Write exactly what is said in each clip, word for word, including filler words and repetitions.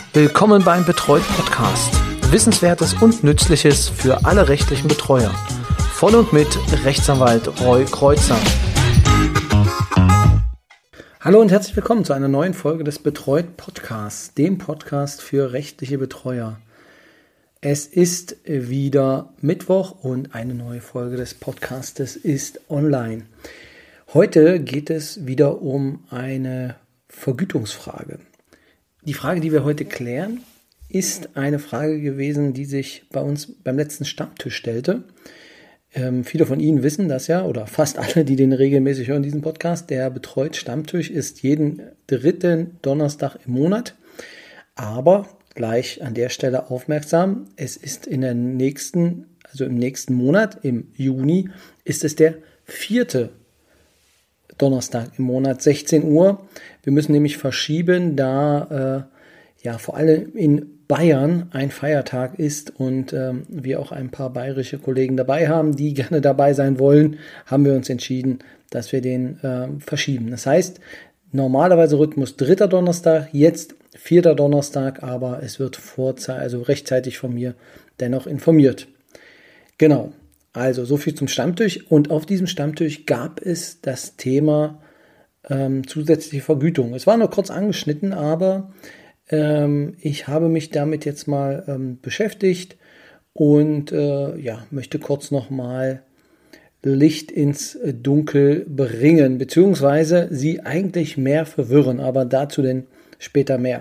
Willkommen beim Betreut Podcast. Wissenswertes und Nützliches für alle rechtlichen Betreuer. Von und mit Rechtsanwalt Roy Kreuzer. Hallo und herzlich willkommen zu einer neuen Folge des Betreut Podcasts, dem Podcast für rechtliche Betreuer. Es ist wieder Mittwoch und eine neue Folge des Podcastes ist online. Heute geht es wieder um eine Vergütungsfrage. Die Frage, die wir heute klären, ist eine Frage gewesen, die sich bei uns beim letzten Stammtisch stellte. Ähm, viele von Ihnen wissen das ja, oder fast alle, die den regelmäßig hören, diesen Podcast. Der Betreut Stammtisch ist jeden dritten Donnerstag im Monat. Aber gleich an der Stelle aufmerksam, es ist in der nächsten, also im nächsten Monat, im Juni, ist es der vierte Donnerstag im Monat, sechzehn Uhr. Wir müssen nämlich verschieben, da äh, ja vor allem in Bayern ein Feiertag ist und ähm, wir auch ein paar bayerische Kollegen dabei haben, die gerne dabei sein wollen, haben wir uns entschieden, dass wir den äh, verschieben. Das heißt, normalerweise Rhythmus dritter Donnerstag, jetzt vierter Donnerstag, aber es wird vorzeitig, also rechtzeitig von mir dennoch informiert. Genau. Also so viel zum Stammtisch, und auf diesem Stammtisch gab es das Thema ähm, zusätzliche Vergütung. Es war nur kurz angeschnitten, aber ähm, ich habe mich damit jetzt mal ähm, beschäftigt und äh, ja, möchte kurz nochmal Licht ins Dunkel bringen, beziehungsweise Sie eigentlich mehr verwirren, aber dazu denn später mehr.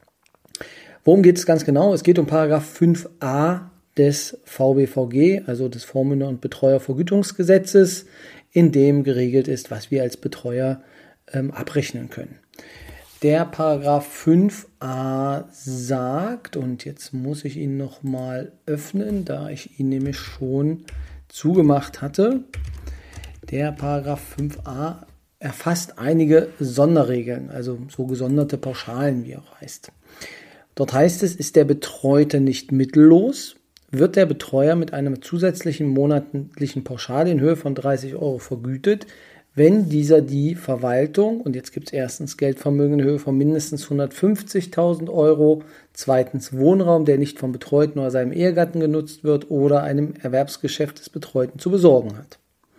Worum geht es ganz genau? Es geht um Paragraph fünf a des V B V G, also des Vormünder- und Betreuervergütungsgesetzes, in dem geregelt ist, was wir als Betreuer ähm, abrechnen können. Der Paragraph fünf a sagt, und jetzt muss ich ihn nochmal öffnen, da ich ihn nämlich schon zugemacht hatte, der Paragraph fünf a erfasst einige Sonderregeln, also so gesonderte Pauschalen, wie auch heißt. Dort heißt es, ist der Betreute nicht mittellos, wird der Betreuer mit einer zusätzlichen monatlichen Pauschale in Höhe von dreißig Euro vergütet, wenn dieser die Verwaltung, und jetzt gibt es erstens Geldvermögen in Höhe von mindestens hundertfünfzigtausend Euro, zweitens Wohnraum, der nicht vom Betreuten oder seinem Ehegatten genutzt wird oder einem Erwerbsgeschäft des Betreuten zu besorgen hat.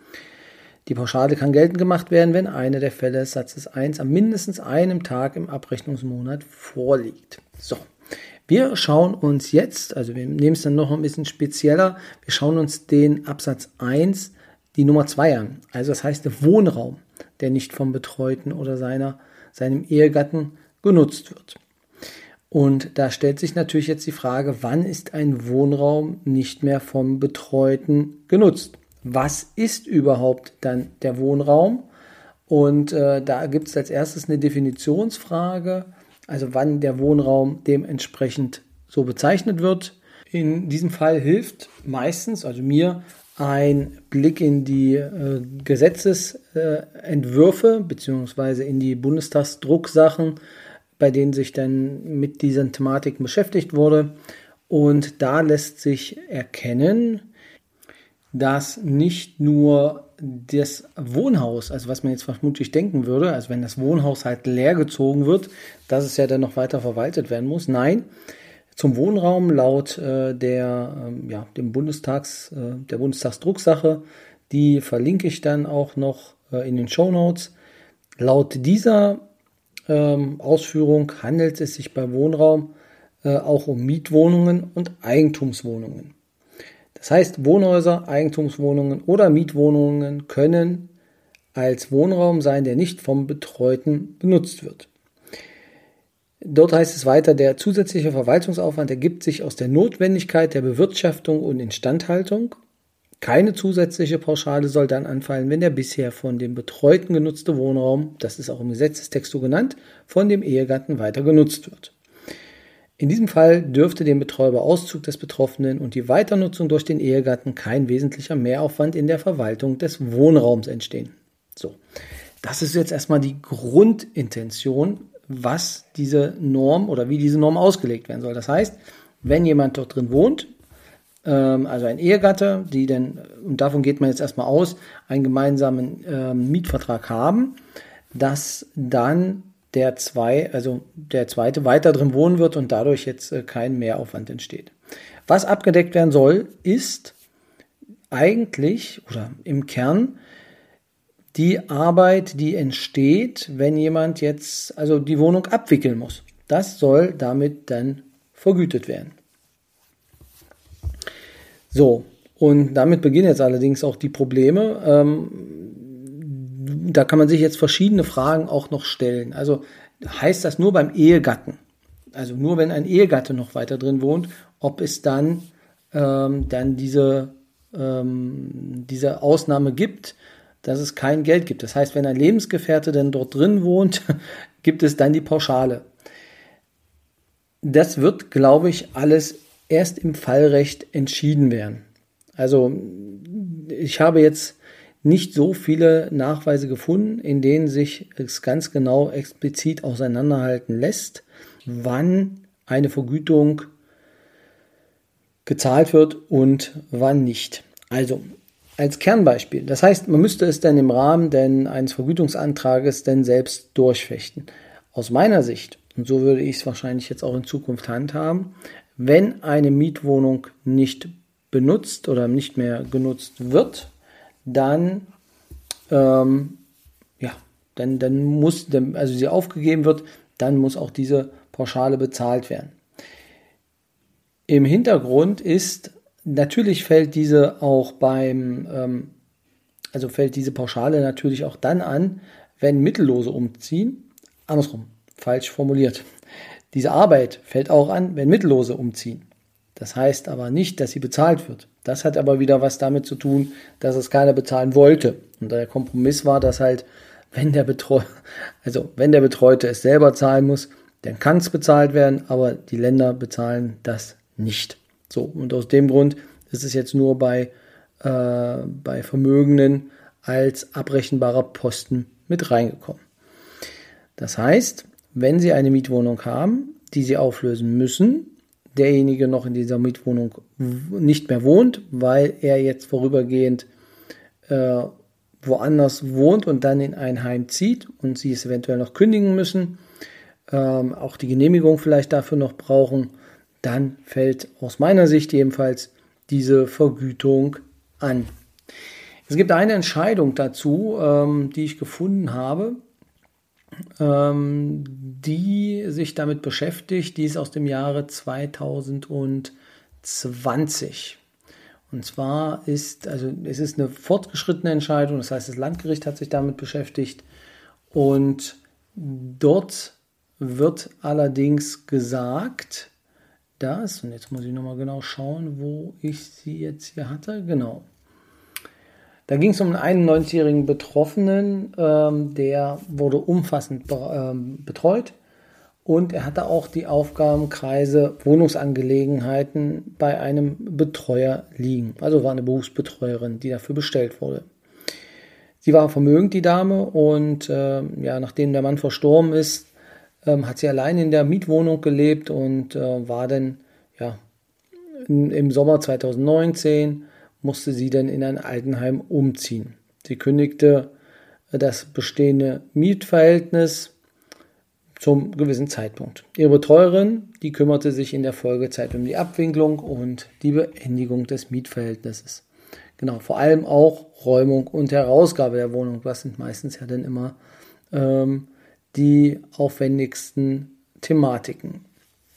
Die Pauschale kann geltend gemacht werden, wenn einer der Fälle des Satzes eins an mindestens einem Tag im Abrechnungsmonat vorliegt. So. Wir schauen uns jetzt, also wir nehmen es dann noch ein bisschen spezieller, wir schauen uns den Absatz eins, die Nummer zwei an. Also das heißt der Wohnraum, der nicht vom Betreuten oder seiner, seinem Ehegatten genutzt wird. Und da stellt sich natürlich jetzt die Frage, wann ist ein Wohnraum nicht mehr vom Betreuten genutzt? Was ist überhaupt dann der Wohnraum? Und äh, da gibt es als erstes eine Definitionsfrage, also wann der Wohnraum dementsprechend so bezeichnet wird. In diesem Fall hilft meistens, also mir, ein Blick in die äh, Gesetzesentwürfe äh, beziehungsweise in die Bundestagsdrucksachen, bei denen sich dann mit diesen Thematiken beschäftigt wurde. Und da lässt sich erkennen, dass nicht nur das Wohnhaus, also was man jetzt vermutlich denken würde, also wenn das Wohnhaus halt leer gezogen wird, dass es ja dann noch weiter verwaltet werden muss. Nein, zum Wohnraum laut äh, der, ähm, ja, dem Bundestags, äh, der Bundestagsdrucksache, die verlinke ich dann auch noch äh, in den Shownotes. Laut dieser ähm, Ausführung handelt es sich bei Wohnraum äh, auch um Mietwohnungen und Eigentumswohnungen. Das heißt, Wohnhäuser, Eigentumswohnungen oder Mietwohnungen können als Wohnraum sein, der nicht vom Betreuten benutzt wird. Dort heißt es weiter, der zusätzliche Verwaltungsaufwand ergibt sich aus der Notwendigkeit der Bewirtschaftung und Instandhaltung. Keine zusätzliche Pauschale soll dann anfallen, wenn der bisher von dem Betreuten genutzte Wohnraum, das ist auch im Gesetzestext so genannt, von dem Ehegatten weiter genutzt wird. In diesem Fall dürfte dem Betreuer bei Auszug des Betroffenen und die Weiternutzung durch den Ehegatten kein wesentlicher Mehraufwand in der Verwaltung des Wohnraums entstehen. So, das ist jetzt erstmal die Grundintention, was diese Norm oder wie diese Norm ausgelegt werden soll. Das heißt, wenn jemand dort drin wohnt, ähm, also ein Ehegatte, die denn, und davon geht man jetzt erstmal aus, einen gemeinsamen ähm, Mietvertrag haben, dass dann der zwei, also der zweite weiter drin wohnen wird und dadurch jetzt äh, kein Mehraufwand entsteht. Was abgedeckt werden soll, ist eigentlich oder im Kern die Arbeit, die entsteht, wenn jemand jetzt also die Wohnung abwickeln muss. Das soll damit dann vergütet werden. So, und damit beginnen jetzt allerdings auch die Probleme. Ähm, da kann man sich jetzt verschiedene Fragen auch noch stellen. Also heißt das nur beim Ehegatten, also nur wenn ein Ehegatte noch weiter drin wohnt, ob es dann, ähm, dann diese, ähm, diese Ausnahme gibt, dass es kein Geld gibt. Das heißt, wenn ein Lebensgefährte dann dort drin wohnt, gibt es dann die Pauschale. Das wird, glaube ich, alles erst im Fallrecht entschieden werden. Also ich habe jetzt nicht so viele Nachweise gefunden, in denen sich es ganz genau explizit auseinanderhalten lässt, wann eine Vergütung gezahlt wird und wann nicht. Also als Kernbeispiel, das heißt, man müsste es dann im Rahmen denn eines Vergütungsantrages denn selbst durchfechten. Aus meiner Sicht, und so würde ich es wahrscheinlich jetzt auch in Zukunft handhaben, wenn eine Mietwohnung nicht benutzt oder nicht mehr genutzt wird, dann, ähm, ja, dann, dann muss, also sie aufgegeben wird, dann muss auch diese Pauschale bezahlt werden. Im Hintergrund ist, natürlich fällt diese auch beim, ähm, also fällt diese Pauschale natürlich auch dann an, wenn Mittellose umziehen. Andersrum, falsch formuliert. Diese Arbeit fällt auch an, wenn Mittellose umziehen. Das heißt aber nicht, dass sie bezahlt wird. Das hat aber wieder was damit zu tun, dass es keiner bezahlen wollte. Und der Kompromiss war, dass halt, wenn der Betreu- also wenn der Betreute es selber zahlen muss, dann kann es bezahlt werden, aber die Länder bezahlen das nicht. So, und aus dem Grund ist es jetzt nur bei, äh, bei Vermögenden als abrechenbarer Posten mit reingekommen. Das heißt, wenn Sie eine Mietwohnung haben, die Sie auflösen müssen, derjenige noch in dieser Mietwohnung nicht mehr wohnt, weil er jetzt vorübergehend äh, woanders wohnt und dann in ein Heim zieht und Sie es eventuell noch kündigen müssen, ähm, auch die Genehmigung vielleicht dafür noch brauchen, dann fällt aus meiner Sicht jedenfalls diese Vergütung an. Es gibt eine Entscheidung dazu, ähm, die ich gefunden habe, ähm, die sich damit beschäftigt. Die ist aus dem Jahre zweitausendzwanzig. Und zwar ist, also es ist eine fortgeschrittene Entscheidung, das heißt, das Landgericht hat sich damit beschäftigt und dort wird allerdings gesagt, dass, und jetzt muss ich nochmal genau schauen, wo ich sie jetzt hier hatte, genau. Da ging es um einen einundneunzigjährigen Betroffenen, ähm, der wurde umfassend be- ähm, betreut und er hatte auch die Aufgabenkreise Wohnungsangelegenheiten bei einem Betreuer liegen. Also war eine Berufsbetreuerin, die dafür bestellt wurde. Sie war vermögend, die Dame, und äh, ja, nachdem der Mann verstorben ist, ähm, hat sie allein in der Mietwohnung gelebt und äh, war dann ja, in, im Sommer zweitausendneunzehn musste sie dann in ein Altenheim umziehen. Sie kündigte das bestehende Mietverhältnis zum gewissen Zeitpunkt. Ihre Betreuerin, die kümmerte sich in der Folgezeit um die Abwicklung und die Beendigung des Mietverhältnisses. Genau, vor allem auch Räumung und Herausgabe der Wohnung. Das sind meistens ja dann immer ähm, die aufwendigsten Thematiken.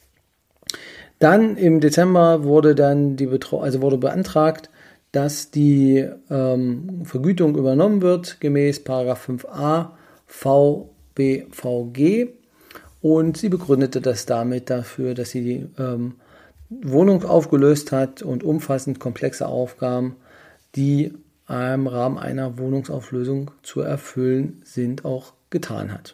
Dann im Dezember wurde dann die Betreu- also wurde beantragt, dass die ähm, Vergütung übernommen wird, gemäß Paragraph fünf a V B V G. Und sie begründete das damit dafür, dass sie die ähm, Wohnung aufgelöst hat und umfassend komplexe Aufgaben, die im Rahmen einer Wohnungsauflösung zu erfüllen sind, auch getan hat.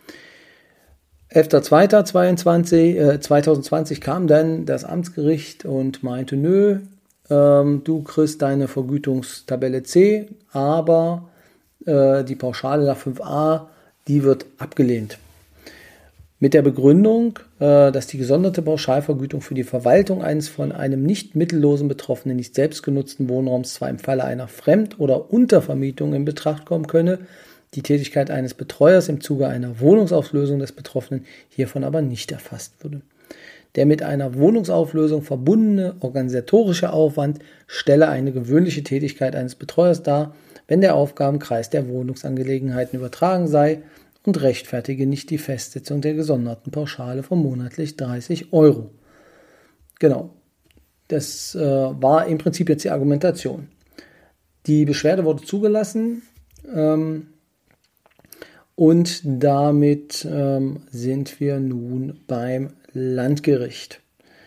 elfter zweiter zweitausendzwanzig kam dann das Amtsgericht und meinte, nö, ähm, du kriegst deine Vergütungstabelle C, aber äh, die Pauschale nach fünf a, die wird abgelehnt. Mit der Begründung, äh, dass die gesonderte Pauschalvergütung für die Verwaltung eines von einem nicht mittellosen Betroffenen nicht selbst genutzten Wohnraums zwar im Falle einer Fremd- oder Untervermietung in Betracht kommen könne, die Tätigkeit eines Betreuers im Zuge einer Wohnungsauflösung des Betroffenen hiervon aber nicht erfasst würde. Der mit einer Wohnungsauflösung verbundene organisatorische Aufwand stelle eine gewöhnliche Tätigkeit eines Betreuers dar, wenn der Aufgabenkreis der Wohnungsangelegenheiten übertragen sei und rechtfertige nicht die Festsetzung der gesonderten Pauschale von monatlich dreißig Euro. Genau, das äh, war im Prinzip jetzt die Argumentation. Die Beschwerde wurde zugelassen ähm, und damit ähm, sind wir nun beim Landgericht.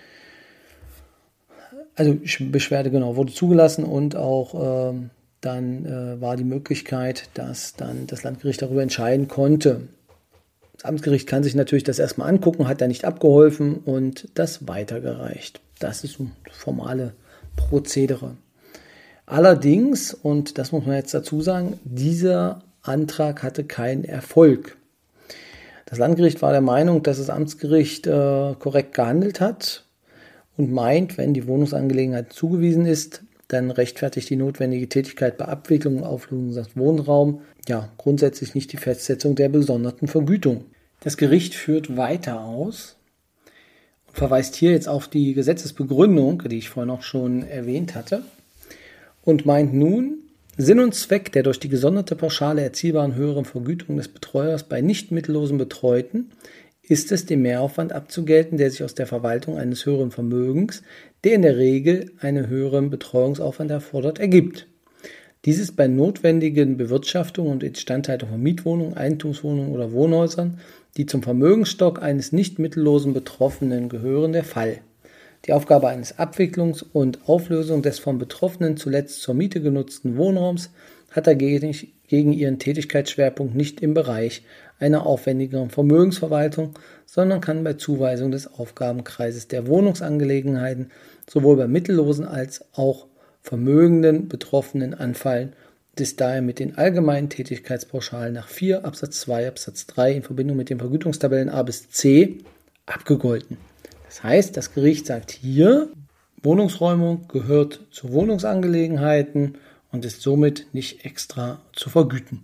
Also Beschwerde genau wurde zugelassen und auch ähm, dann äh, war die Möglichkeit, dass dann das Landgericht darüber entscheiden konnte. Das Amtsgericht kann sich natürlich das erstmal angucken, hat da nicht abgeholfen und das weitergereicht. Das ist ein formale Prozedere. Allerdings, und das muss man jetzt dazu sagen, dieser Antrag hatte keinen Erfolg. Das Landgericht war der Meinung, dass das Amtsgericht äh, korrekt gehandelt hat und meint, wenn die Wohnungsangelegenheit zugewiesen ist, dann rechtfertigt die notwendige Tätigkeit bei Abwicklung und Auflösung des Wohnraums ja grundsätzlich nicht die Festsetzung der besonderten Vergütung. Das Gericht führt weiter aus und verweist hier jetzt auf die Gesetzesbegründung, die ich vorhin auch schon erwähnt hatte, und meint nun, Sinn und Zweck der durch die gesonderte Pauschale erzielbaren höheren Vergütung des Betreuers bei nicht mittellosen Betreuten ist es, den Mehraufwand abzugelten, der sich aus der Verwaltung eines höheren Vermögens, der in der Regel einen höheren Betreuungsaufwand erfordert, ergibt. Dies ist bei notwendigen Bewirtschaftung und Instandhaltung von Mietwohnungen, Eigentumswohnungen oder Wohnhäusern, die zum Vermögensstock eines nicht mittellosen Betroffenen gehören, der Fall. Die Aufgabe eines Abwicklungs- und Auflösung des vom Betroffenen zuletzt zur Miete genutzten Wohnraums hat dagegen gegen ihren Tätigkeitsschwerpunkt nicht im Bereich einer aufwendigeren Vermögensverwaltung, sondern kann bei Zuweisung des Aufgabenkreises der Wohnungsangelegenheiten sowohl bei mittellosen als auch vermögenden Betroffenen anfallen und ist daher mit den allgemeinen Tätigkeitspauschalen nach vier Absatz zwei Absatz drei in Verbindung mit den Vergütungstabellen A bis C abgegolten. Das heißt, das Gericht sagt hier, Wohnungsräumung gehört zu Wohnungsangelegenheiten und ist somit nicht extra zu vergüten.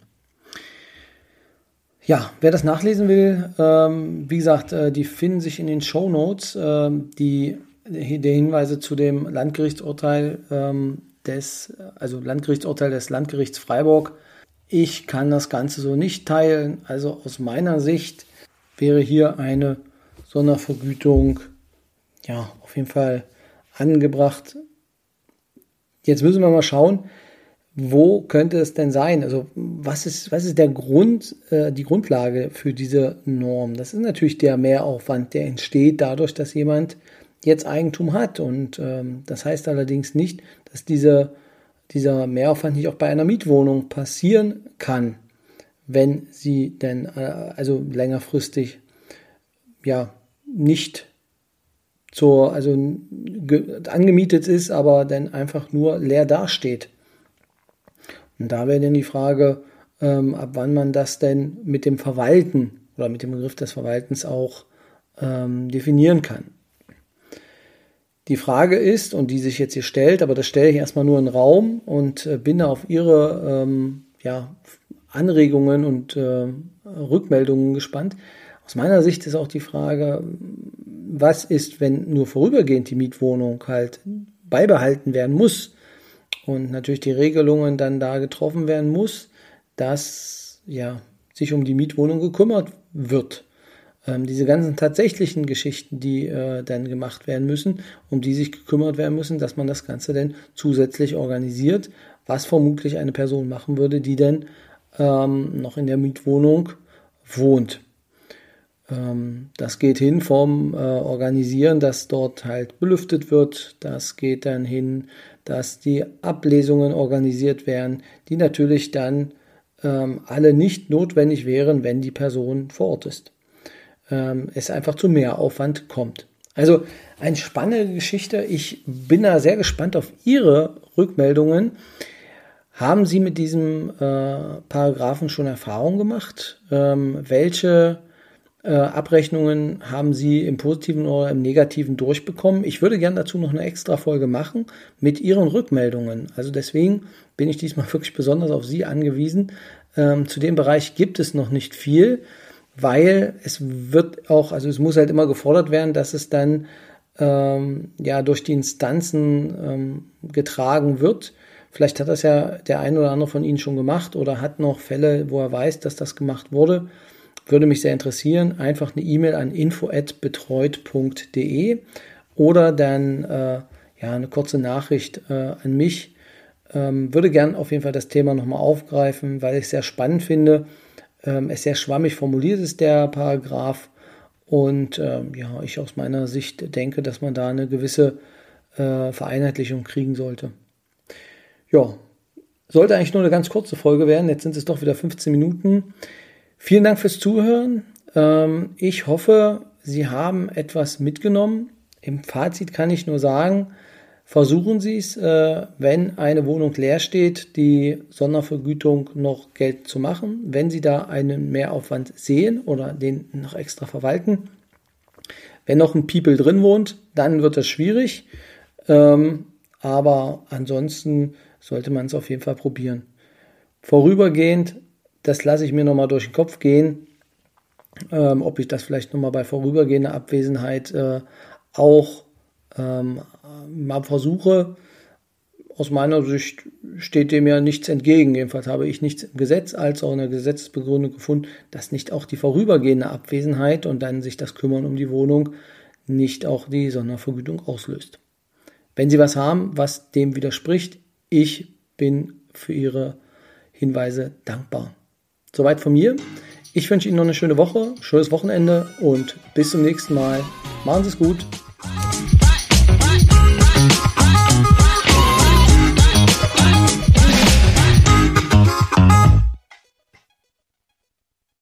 Ja, wer das nachlesen will, ähm, wie gesagt, äh, die finden sich in den Shownotes, äh, die, die Hinweise zu dem Landgerichtsurteil ähm, des, also Landgerichtsurteil des Landgerichts Freiburg. Ich kann das Ganze so nicht teilen. Also aus meiner Sicht wäre hier eine Sondervergütung ja auf jeden Fall angebracht. Jetzt müssen wir mal schauen, wo könnte es denn sein? Also was ist, was ist der Grund, äh, die Grundlage für diese Norm? Das ist natürlich der Mehraufwand, der entsteht dadurch, dass jemand jetzt Eigentum hat. Und ähm, das heißt allerdings nicht, dass diese, dieser Mehraufwand nicht auch bei einer Mietwohnung passieren kann, wenn sie denn äh, also längerfristig ja nicht zur, also ge, angemietet ist, aber dann einfach nur leer dasteht. Und da wäre dann die Frage, ähm, ab wann man das denn mit dem Verwalten oder mit dem Begriff des Verwaltens auch ähm, definieren kann. Die Frage ist, und die sich jetzt hier stellt, aber das stelle ich erstmal nur in den Raum und äh, bin da auf Ihre ähm, ja, Anregungen und äh, Rückmeldungen gespannt. Aus meiner Sicht ist auch die Frage, was ist, wenn nur vorübergehend die Mietwohnung halt beibehalten werden muss und natürlich die Regelungen dann da getroffen werden muss, dass ja sich um die Mietwohnung gekümmert wird. Ähm, diese ganzen tatsächlichen Geschichten, die äh, dann gemacht werden müssen, um die sich gekümmert werden müssen, dass man das Ganze dann zusätzlich organisiert, was vermutlich eine Person machen würde, die dann ähm, noch in der Mietwohnung wohnt. Das geht hin vom äh, Organisieren, dass dort halt belüftet wird. Das geht dann hin, dass die Ablesungen organisiert werden, die natürlich dann ähm, alle nicht notwendig wären, wenn die Person vor Ort ist. Ähm, es einfach zu Mehraufwand kommt. Also eine spannende Geschichte. Ich bin da sehr gespannt auf Ihre Rückmeldungen. Haben Sie mit diesem äh, Paragraphen schon Erfahrung gemacht? Ähm, welche Abrechnungen haben Sie im Positiven oder im Negativen durchbekommen? Ich würde gerne dazu noch eine extra Folge machen mit Ihren Rückmeldungen. Also deswegen bin ich diesmal wirklich besonders auf Sie angewiesen, Ähm, zu dem Bereich gibt es noch nicht viel, weil es wird auch, also es muss halt immer gefordert werden, dass es dann ähm, ja durch die Instanzen ähm, getragen wird. Vielleicht hat das ja der ein oder andere von Ihnen schon gemacht oder hat noch Fälle, wo er weiß, dass das gemacht wurde. Würde mich sehr interessieren. Einfach eine E-Mail an info at betreut punkt de oder dann äh, ja eine kurze Nachricht äh, an mich. Ähm, würde gern auf jeden Fall das Thema nochmal aufgreifen, weil ich es sehr spannend finde. Ähm, es sehr schwammig formuliert ist, der Paragraph. Und ähm, ja, ich aus meiner Sicht denke, dass man da eine gewisse äh, Vereinheitlichung kriegen sollte. Ja, sollte eigentlich nur eine ganz kurze Folge werden. Jetzt sind es doch wieder fünfzehn Minuten. Vielen Dank fürs Zuhören. Ähm, ich hoffe, Sie haben etwas mitgenommen. Im Fazit kann ich nur sagen, versuchen Sie es, äh, wenn eine Wohnung leer steht, die Sondervergütung noch geltend zu machen. Wenn Sie da einen Mehraufwand sehen oder den noch extra verwalten. Wenn noch ein People drin wohnt, dann wird das schwierig. Ähm, aber ansonsten sollte man es auf jeden Fall probieren. Vorübergehend, das lasse ich mir nochmal durch den Kopf gehen, ähm, ob ich das vielleicht nochmal bei vorübergehender Abwesenheit äh, auch ähm, mal versuche. Aus meiner Sicht steht dem ja nichts entgegen. Jedenfalls habe ich nichts im Gesetz als auch in der Gesetzesbegründung gefunden, dass nicht auch die vorübergehende Abwesenheit und dann sich das Kümmern um die Wohnung nicht auch die Sondervergütung auslöst. Wenn Sie was haben, was dem widerspricht, ich bin für Ihre Hinweise dankbar. Soweit von mir. Ich wünsche Ihnen noch eine schöne Woche, schönes Wochenende und bis zum nächsten Mal. Machen Sie es gut.